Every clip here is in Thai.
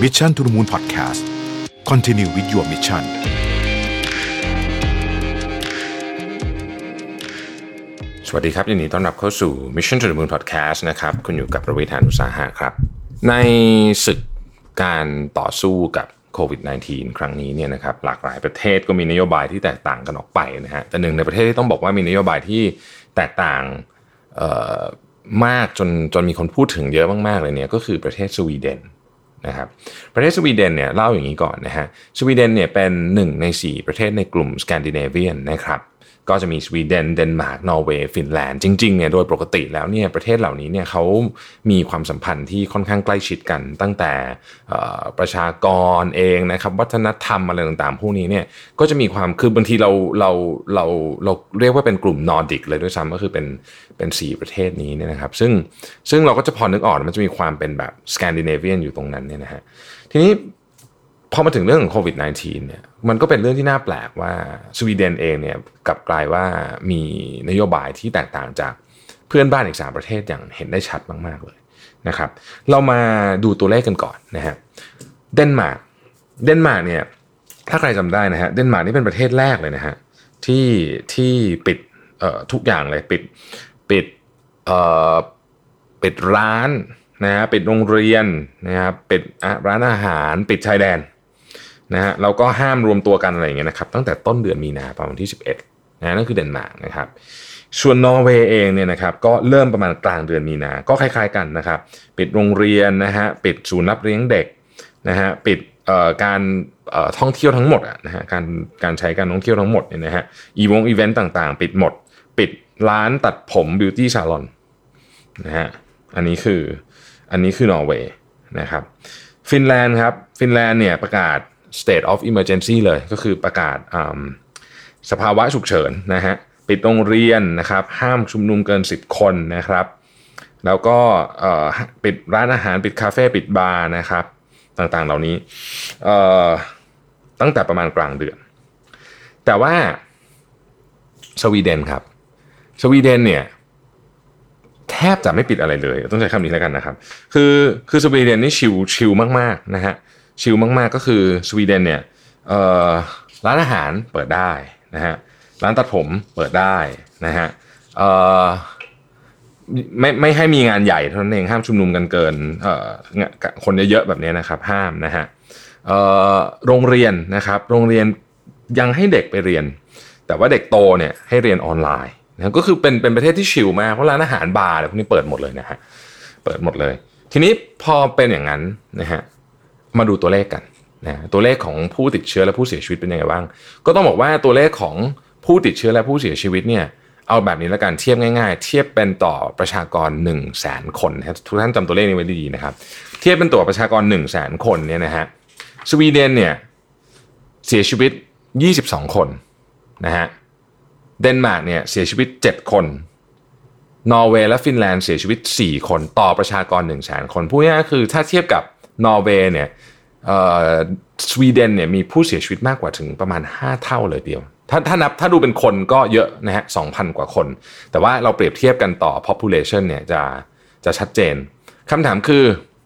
Mission to the Moon Podcast Continue with your mission สวัสดีครับยินดีต้อนรับเข้าสู่ Mission to the Moon Podcast นะครับคุณอยู่กับประวิทย์ หาญอุตสาหะครับในศึกการต่อสู้กับโควิด -19 ครั้งนี้เนี่ยนะครับหลากหลายประเทศก็มีนโยบายที่แตกต่างกันออกไปนะฮะแต่หนึ่งในประเทศที่ต้องบอกว่ามีนโยบายที่แตกต่างมากจนมีคนพูดถึงเยอะมากๆเลยเนี่ยก็คือประเทศสวีเดนนะครับประเทศสวีเดนเนี่ยเล่าอย่างนี้ก่อนนะฮะสวีเดนเนี่ยเป็น1ใน4ประเทศในกลุ่มสแกนดิเนเวียนนะครับก็จะมีสวีเดนเดนมาร์กนอร์เวย์ฟินแลนด์จริงๆเนี่ยโดยปกติแล้วเนี่ยประเทศเหล่านี้เนี่ยเขามีความสัมพันธ์ที่ค่อนข้างใกล้ชิดกันตั้งแต่ประชากรเองนะครับวัฒนธรรมอะไรต่างๆพวกนี้เนี่ยก็จะมีความคือบางทีเราเรียกว่าเป็นกลุ่มนอร์ดิกเลยด้วยซ้ำก็คือเป็น4ประเทศนี้เนี่ยนะครับซึ่งเราก็จะพอนึกออกมันจะมีความเป็นแบบสแกนดิเนเวียนอยู่ตรงนั้นเนี่ยนะฮะทีนี้พอมาถึงเรื่องของโควิด -19 เนี่ยมันก็เป็นเรื่องที่น่าแปลกว่าสวีเดนเองเนี่ยกลับกลายว่ามีนโยบายที่แตกต่างจากเพื่อนบ้านอีก3ประเทศอย่างเห็นได้ชัดมากๆเลยนะครับเรามาดูตัวเลขกันก่อนนะฮะเดนมาร์กเนี่ยถ้าใครจำได้นะฮะเดนมาร์กนี่เป็นประเทศแรกเลยนะฮะที่ปิดทุกอย่างเลยปิดร้านนะฮะปิดโรงเรียนนะครับปิดร้านอาหารปิดชายแดนนะฮะเราก็ห้ามรวมตัวกันอะไรอย่างเงี้ยนะครับตั้งแต่ต้นเดือนมีนาคมวันที่11นะนั่นคือเดนมาร์กนะครับส่วนนอร์เวย์เองเนี่ยนะครับก็เริ่มประมาณกลางเดือนมีนาก็คล้ายๆกันนะครับปิดโรงเรียนนะฮะปิดศูนย์รับเลี้ยงเด็กนะฮะปิดการท่องเที่ยวทั้งหมดนะฮะการใช้การท่องเที่ยวทั้งหมดเนี่ยนะฮะอีเวนต์ต่างๆปิดหมดปิดร้านตัดผมบิวตี้ซาลอนนะฮะอันนี้คือนอร์เวย์นะครับฟินแลนด์ครับฟินแลนด์เนี่ยประกาศ state of emergency เลยก็คือประกาศสภาวะฉุกเฉินนะฮะปิดโรงเรียนนะครับห้ามชุมนุมเกิน10คนนะครับแล้วก็ปิดร้านอาหารปิดคาเฟ่ปิดบาร์นะครับต่างๆเหล่านี้ตั้งแต่ประมาณกลางเดือนแต่ว่าสวีเดนครับสวีเดนเนี่ยแทบจะไม่ปิดอะไรเลยต้องใช้คำนี้แล้วกันนะครับคือสวีเดนนี่ชิลมากๆนะฮะชิลมากๆก็คือสวีเดนเนี่ยร้านอาหารเปิดได้นะฮะร้านตัดผมเปิดได้นะฮะไม่ให้มีงานใหญ่เท่านั้นเองห้ามชุมนุมกันเกินคนเยอะๆแบบนี้นะครับห้ามนะฮะโรงเรียนนะครับโรงเรียนยังให้เด็กไปเรียนแต่ว่าเด็กโตเนี่ยให้เรียนออนไลน์นะก็คือเป็นประเทศที่ชิลมากเพราะร้านอาหารบาร์อะไรพวกนี้เปิดหมดเลยนะฮะเปิดหมดเลยทีนี้พอเป็นอย่างนั้นนะฮะมาดูตัวเลขกันนะตัวเลขของผู้ติดเชื้อและผู้เสียชีวิตเป็นยังไงบ้างก็ต้องบอกว่าตัวเลขของผู้ติดเชื้อและผู้เสียชีวิตเนี่ยเอาแบบนี้แล้วกันเทียบง่ายๆเทียบเป็นต่อประชากร 100,000 คนนะทุกท่านจำตัวเลขนี้ไว้ดีๆนะครับเทียบเป็นต่อประชากร 100,000 คนเนี่ยนะฮะสวีเดนเนี่ยเสียชีวิต22คนนะฮะเดนมาร์กเนี่ยเสียชีวิต7คนนอร์เวย์และฟินแลนด์เสียชีวิต4คนต่อประชากร 100,000 คนพูดง่ายๆคือถ้าเทียบกับนอร์เวย์เนี่ยสวีเดนเนี่ยมีผู้เสียชีวิตมากกว่าถึงประมาณ5เท่าเลยเดียวถ้าดูเป็นคนก็เยอะนะฮะ 2,000 กว่าคนแต่ว่าเราเปรียบเทียบกันต่อ population เนี่ยจะชัดเจนคำถามคือ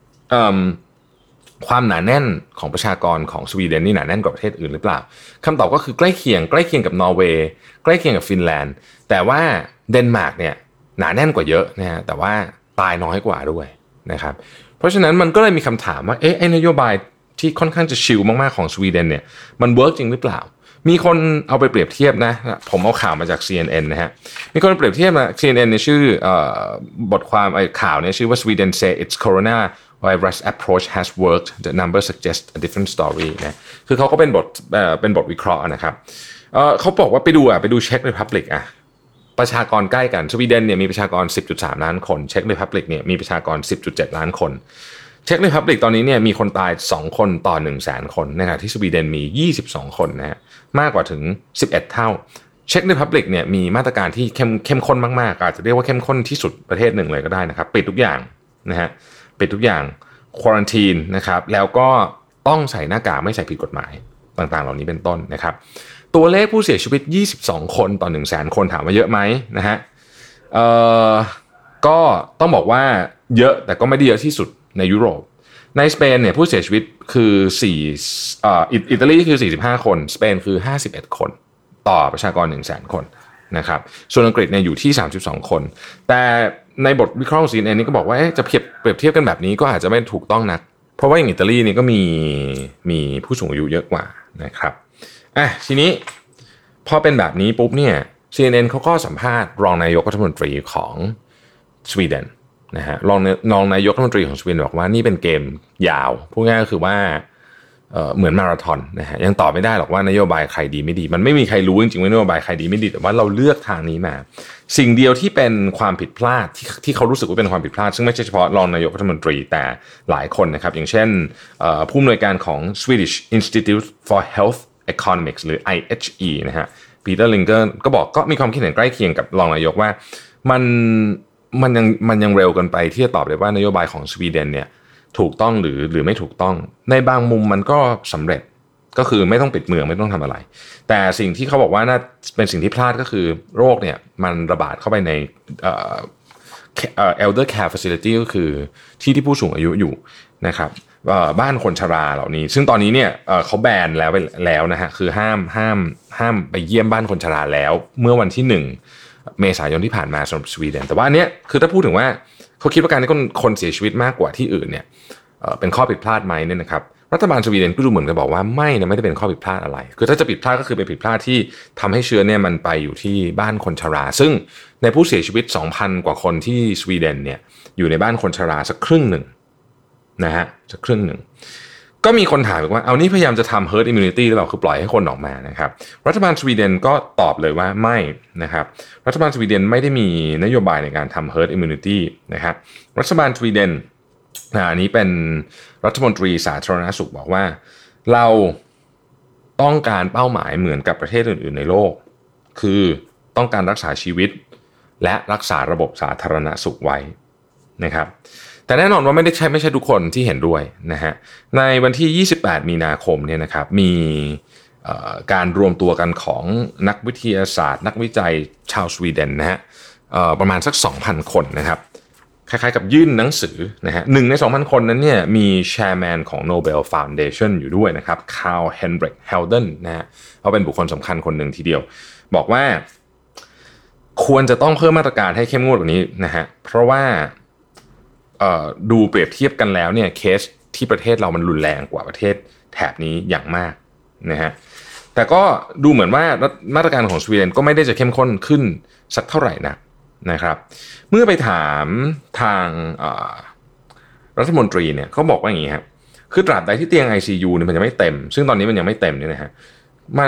ความหนาแน่นของประชากรของสวีเดนนี่หนาแน่นกว่าประเทศอื่นหรือเปล่าคำตอบก็คือใกล้เคียงกับนอร์เวย์ใกล้เคียงกับฟินแลนด์แต่ว่าเดนมาร์กเนี่ยหนาแน่นกว่าเยอะนะฮะแต่ว่าตายน้อยกว่าด้วยนะครับเพราะฉะนั้นมันก็เลยมีคำถามว่าไอ้นโยบายที่ค่อนข้างจะชิลมากๆของสวีเดนเนี่ยมันเวิร์กจริงหรือเปล่ามีคนเอาไปเปรียบเทียบนะผมเอาข่าวมาจาก CNN นะฮะมีคนเปรียบเทียบนะ CNN เนี่ยชื่อบทความข่าวเนี่ยชื่อว่า Sweden say its coronavirus approach has worked the numbers suggest a different story นะคือเขาก็เป็นบทวิเคราะห์นะครับเขาบอกว่าไปดูเช็ครีพับลิกประชากรใกล้กันสวีเดนเนี่ยมีประชากร 10.3 ล้านคนเช็ครีพับลิกเนี่ยมีประชากร 10.7 ล้านคนเช็ครีพับลิกตอนนี้เนี่ยมีคนตาย2คนต่อ 100,000 คนนะครับที่สวีเดนมี22คนนะฮะมากกว่าถึง11เท่าเช็ครีพับลิกเนี่ยมีมาตรการที่เข้มข้นมากๆอาจจะเรียกว่าเข้มข้นที่สุดประเทศหนึ่งเลยก็ได้นะครับปิดทุกอย่างนะฮะปิดทุกอย่างควอรันทีนนะครับแล้วก็ต้องใส่หน้ากากไม่ใส่ผิดกฎหมายต่างๆเหล่านี้เป็นต้นนะครับตัวเลขผู้เสียชีวิต22คนต่อ 100,000 คนถามว่าเยอะไหมนะฮะก็ต้องบอกว่าเยอะแต่ก็ไม่ได้เยอะที่สุดในยุโรปในสเปนเนี่ยผู้เสียชีวิตคืออิตาลีคือ45คนสเปนคือ51คนต่อประชากร 100,000 คนนะครับส่วนอังกฤษเนี่ยอยู่ที่32คนแต่ในบทวิเคราะห์ของ CNN นี่ก็บอกว่าจะเปรียบเทียบกันแบบนี้ก็อาจจะไม่ถูกต้องนักเพราะว่าอย่างอิตาลีนี่ก็มีผู้สูงอายุเยอะกว่านะครับทีนี้พอเป็นแบบนี้ปุ๊บเนี่ย CNN เขาก็สัมภาษณ์รองนายกรัฐมนตรีของสวีเดนนะฮะรองนายกรัฐมนตรีของสวีเดนบอกว่านี่เป็นเกมยาวพูดง่ายก็คือว่าเหมือนมาราธอนนะฮะยังตอบไม่ได้หรอกว่านโยบายใครดีไม่ดีมันไม่มีใครรู้จริงๆว่านโยบายใครดีไม่ดีแต่ว่าเราเลือกทางนี้มาสิ่งเดียวที่เป็นความผิดพลาดที่เขารู้สึกว่าเป็นความผิดพลาดซึ่งไม่ใช่เฉพาะรองนายกรัฐมนตรีแต่หลายคนนะครับอย่างเช่นผู้อำนวยการของ Swedish Institute for Health Economics หรือ IHE นะฮะปีเตอร์ลิงเกอร์ก็มีความคิดเห็นใกล้เคียงกับรองนายกว่ามันยังเร็วเกินไปที่จะตอบได้ว่านโยบายของสวีเดนเนี่ยถูกต้องหรือไม่ถูกต้องในบางมุมมันก็สำเร็จก็คือไม่ต้องปิดเมืองไม่ต้องทำอะไรแต่สิ่งที่เขาบอกว่าน่าเป็นสิ่งที่พลาดก็คือโรคเนี่ยมันระบาดเข้าไปในelder care facility ก็คือที่ผู้สูงอายุอยู่นะครับบ้านคนชราเหล่านี้ซึ่งตอนนี้เนี่ยเขาแบนแล้วนะฮะคือห้ามไปเยี่ยมบ้านคนชราแล้วเมื่อวันที่1เมษายนที่ผ่านมาสำหรับสวีเดนแต่ว่าอันเนี้ยคือถ้าพูดถึงว่าเขาคิดว่าการที่คนเสียชีวิตมากกว่าที่อื่นเนี่ยเป็นข้อผิดพลาดไหมเนี่ยนะครับรัฐบาลสวีเดนก็ดูเหมือนจะบอกว่าไม่ได้เป็นข้อผิดพลาดอะไรคือถ้าจะผิดพลาดก็คือเป็นผิดพลาดที่ทำให้เชื้อเนี่ยมันไปอยู่ที่บ้านคนชราซึ่งในผู้เสียชีวิต 2,000 กว่าคนที่สวีเดนเนี่ยอยู่ในบ้านคนชราสักครึ่งหนึ่งนะฮะสักครึ่งหนึ่งก็มีคนถามว่าเอานี่พยายามจะทำ herd immunity หรือเปล่าคือปล่อยให้คนออกมานะครับรัฐบาลสวีเดนก็ตอบเลยว่าไม่นะครับรัฐบาลสวีเดนไม่ได้มีนโยบายในการทำ herd immunity นะครับรัฐบาลสวีเดนอันนี้เป็นรัฐมนตรีสาธารณสุขบอกว่าเราต้องการเป้าหมายเหมือนกับประเทศอื่นๆในโลกคือต้องการรักษาชีวิตและรักษาระบบสาธารณสุขไว้นะครับแต่แน่นอนว่าไม่ใช่ทุกคนที่เห็นด้วยนะฮะในวันที่28มีนาคมเนี่ยนะครับมีการรวมตัวกันของนักวิทยาศาสตร์นักวิจัยชาวสวีเดนนะฮะประมาณสัก 2,000 คนนะครับคล้ายๆกับยื่นหนังสือนะฮะหนึ่งใน 2,000 คนนั้นเนี่ยมีแชร์แมนของ Nobel Foundation อยู่ด้วยนะครับคาร์ล เฮนริก เฮลเดนนะฮะเขาเป็นบุคคลสำคัญคนหนึ่งทีเดียวบอกว่าควรจะต้องเพิ่มมาตรการให้เข้มงวดกว่านี้นะฮะเพราะว่าดูเปรียบเทียบกันแล้วเนี่ยเคสที่ประเทศเรามันรุนแรงกว่าประเทศแถบนี้อย่างมากนะฮะแต่ก็ดูเหมือนว่ามาตรการของสวีเดนก็ไม่ได้จะเข้มข้นขึ้นสักเท่าไหร่นะครับเมื่อไปถามทางรัฐมนตรีเนี่ยเขาบอกว่าอย่างนี้ครับคือตราบใดที่เตียง ICU เนี่ยมันยังไม่เต็มซึ่งตอนนี้มันยังไม่เต็มเนี่ยนะฮะมัน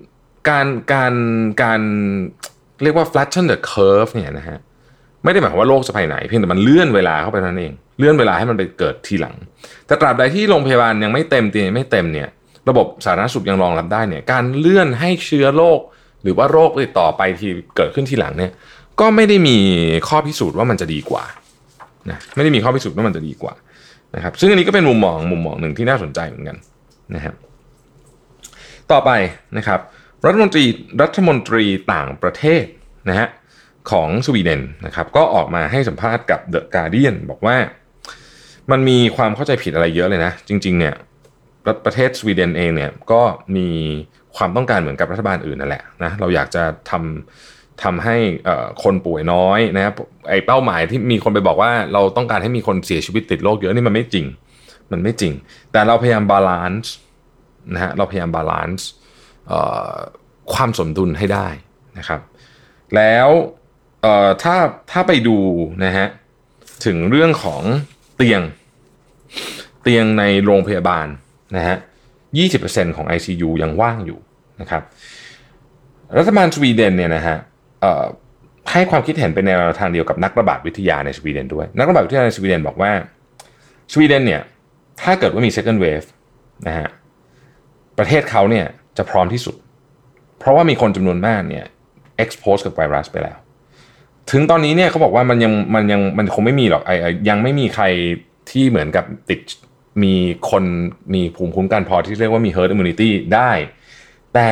การเรียกว่า flatten the curve เนี่ยนะฮะไม่ได้หมายความว่าโรคจะไปไหนเพียงแต่มันเลื่อนเวลาเข้าไปนั่นเองเลื่อนเวลาให้มันไปเกิดทีหลังแต่ตราบใดที่โรงพยาบาลยังไม่เต็มเตียงไม่เต็มเนี่ยระบบสาธารณสุขยังรองรับได้เนี่ยการเลื่อนให้เชื้อโรคหรือว่าโรคติดต่อไปที่เกิดขึ้นทีหลังเนี่ยก็ไม่ได้มีข้อพิสูจน์ว่ามันจะดีกว่านะไม่ได้มีข้อพิสูจน์ว่ามันจะดีกว่านะครับซึ่งอันนี้ก็เป็นมุมมองหนึ่งที่น่าสนใจเหมือนกันนะครับต่อไปนะครับรัฐมนตรีต่างประเทศนะฮะของสวีเดนนะครับก็ออกมาให้สัมภาษณ์กับ The Guardian บอกว่ามันมีความเข้าใจผิดอะไรเยอะเลยนะจริงๆเนี่ยประเทศสวีเดนเองเนี่ยก็มีความต้องการเหมือนกับรัฐบาลอื่นนั่นแหละนะเราอยากจะทำให้คนป่วยน้อยนะครับไอ้เป้าหมายที่มีคนไปบอกว่าเราต้องการให้มีคนเสียชีวิตติดโรคเยอะนี่มันไม่จริงแต่เราพยายามบาลานซ์นะฮะเราพยายามบาลานซ์ความสมดุลให้ได้นะครับแล้วถ้าไปดูนะฮะถึงเรื่องของเตียงในโรงพยาบาลนะฮะ 20% ของ ICU ยังว่างอยู่นะครับรัฐบาลสวีเดนเนี่ยนะฮะให้ความคิดเห็นเป็นแนวทางเดียวกับนักระบาดวิทยาในสวีเดนด้วยนักระบาดวิทยาในสวีเดนบอกว่าสวีเดนเนี่ยถ้าเกิดว่ามี second wave นะฮะประเทศเขาเนี่ยจะพร้อมที่สุดเพราะว่ามีคนจำนวนมากเนี่ย expose กับไวรัสไปแล้วถึงตอนนี้เนี่ยเขาบอกว่ามันคงไม่มีหรอกยังไม่มีใครที่เหมือนกับมีคนมีภูมิคุ้มกันพอที่เรียกว่ามี herd immunity ได้แต่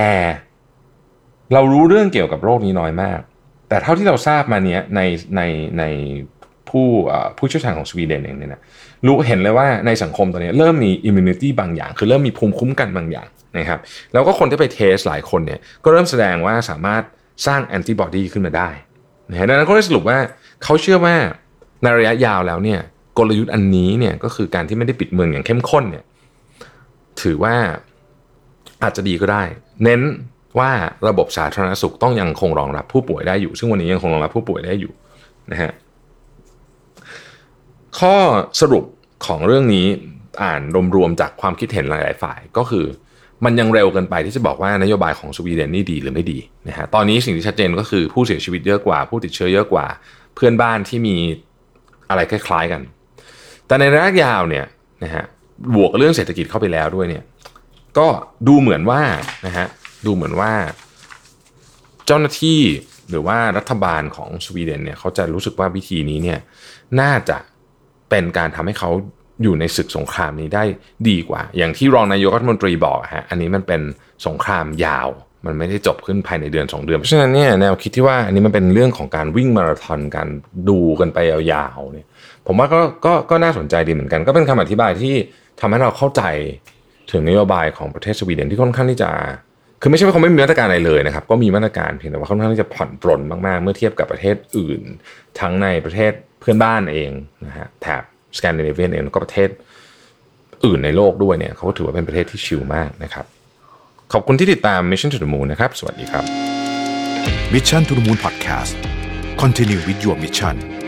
เรารู้เรื่องเกี่ยวกับโรคนี้น้อยมากแต่เท่าที่เราทราบมาเนี้ยในผู้เชี่ยวชาญของสวีเดนเองเนี่ยนะรู้เห็นเลยว่าในสังคมตอนนี้เริ่มมี immunity บางอย่างคือเริ่มมีภูมิคุ้มกันบางอย่างนะครับแล้วก็คนที่ไปเทสหลายคนเนี่ยก็เริ่มแสดงว่าสามารถสร้างแอนติบอดีขึ้นมาได้นะดังนั้นก็ได้สรุปว่าเขาเชื่อว่าในระยะยาวแล้วเนี่ยกลยุทธ์อันนี้เนี่ยก็คือการที่ไม่ได้ปิดเมืองอย่างเข้มข้นเนี่ยถือว่าอาจจะดีก็ได้เน้นว่าระบบสาธารณสุขต้องยังคงรองรับผู้ป่วยได้อยู่ซึ่งวันนี้ยังคงรองรับผู้ป่วยได้อยู่นะฮะข้อสรุปของเรื่องนี้อ่านรวมๆจากความคิดเห็นหลายๆฝ่ายก็คือมันยังเร็วเกินไปที่จะบอกว่านโยบายของสวีเดนนี่ดีหรือไม่ดีนะฮะตอนนี้สิ่งที่ชัดเจนก็คือผู้เสียชีวิตเยอะกว่าผู้ติดเชื้อเยอะกว่าเพื่อนบ้านที่มีอะไรคล้ายๆกันแต่ในระยะยาวเนี่ยนะฮะบวกเรื่องเศรษฐกิจเข้าไปแล้วด้วยเนี่ยก็ดูเหมือนว่านะฮะดูเหมือนว่าเจ้าหน้าที่หรือว่ารัฐบาลของสวีเดนเนี่ยเขาจะรู้สึกว่าวิธีนี้เนี่ยน่าจะเป็นการทำให้เขาอยู่ในศึกสงครามนี้ได้ดีกว่าอย่างที่รองนายกรัฐมนตรีบอกฮะอันนี้มันเป็นสงครามยาวมันไม่ได้จบขึ้นภายในเดือน2 เดือนเพราะฉะนั้นเนี่ยแนวคิดที่ว่าอันนี้มันเป็นเรื่องของการวิ่งมาราธอนการดูกันไปยาวๆเนี่ยผมว่าก็น่าสนใจดีเหมือนกันก็เป็นคำอธิบายที่ทำให้เราเข้าใจถึงนโยบายของประเทศสวีเดนที่ค่อนข้างที่จะคือไม่ใช่ว่าเขาไม่มีมาตรการอะไรเลยนะครับก็มีมาตรการเพียงแต่ว่าค่อนข้างที่จะผ่อนปรนมากๆเมื่อเทียบกับประเทศอื่นทั้งในประเทศเพื่อนบ้านเองนะฮะแถบสแกนดิเนเวียนเองแล้วก็ประเทศอื่นในโลกด้วยเนี่ยเขาก็ถือว่าเป็นประเทศที่ชิลมากนะครับขอบคุณที่ติดตาม Mission to the Moon นะครับสวัสดีครับ Mission to the Moon Podcast Continue with your mission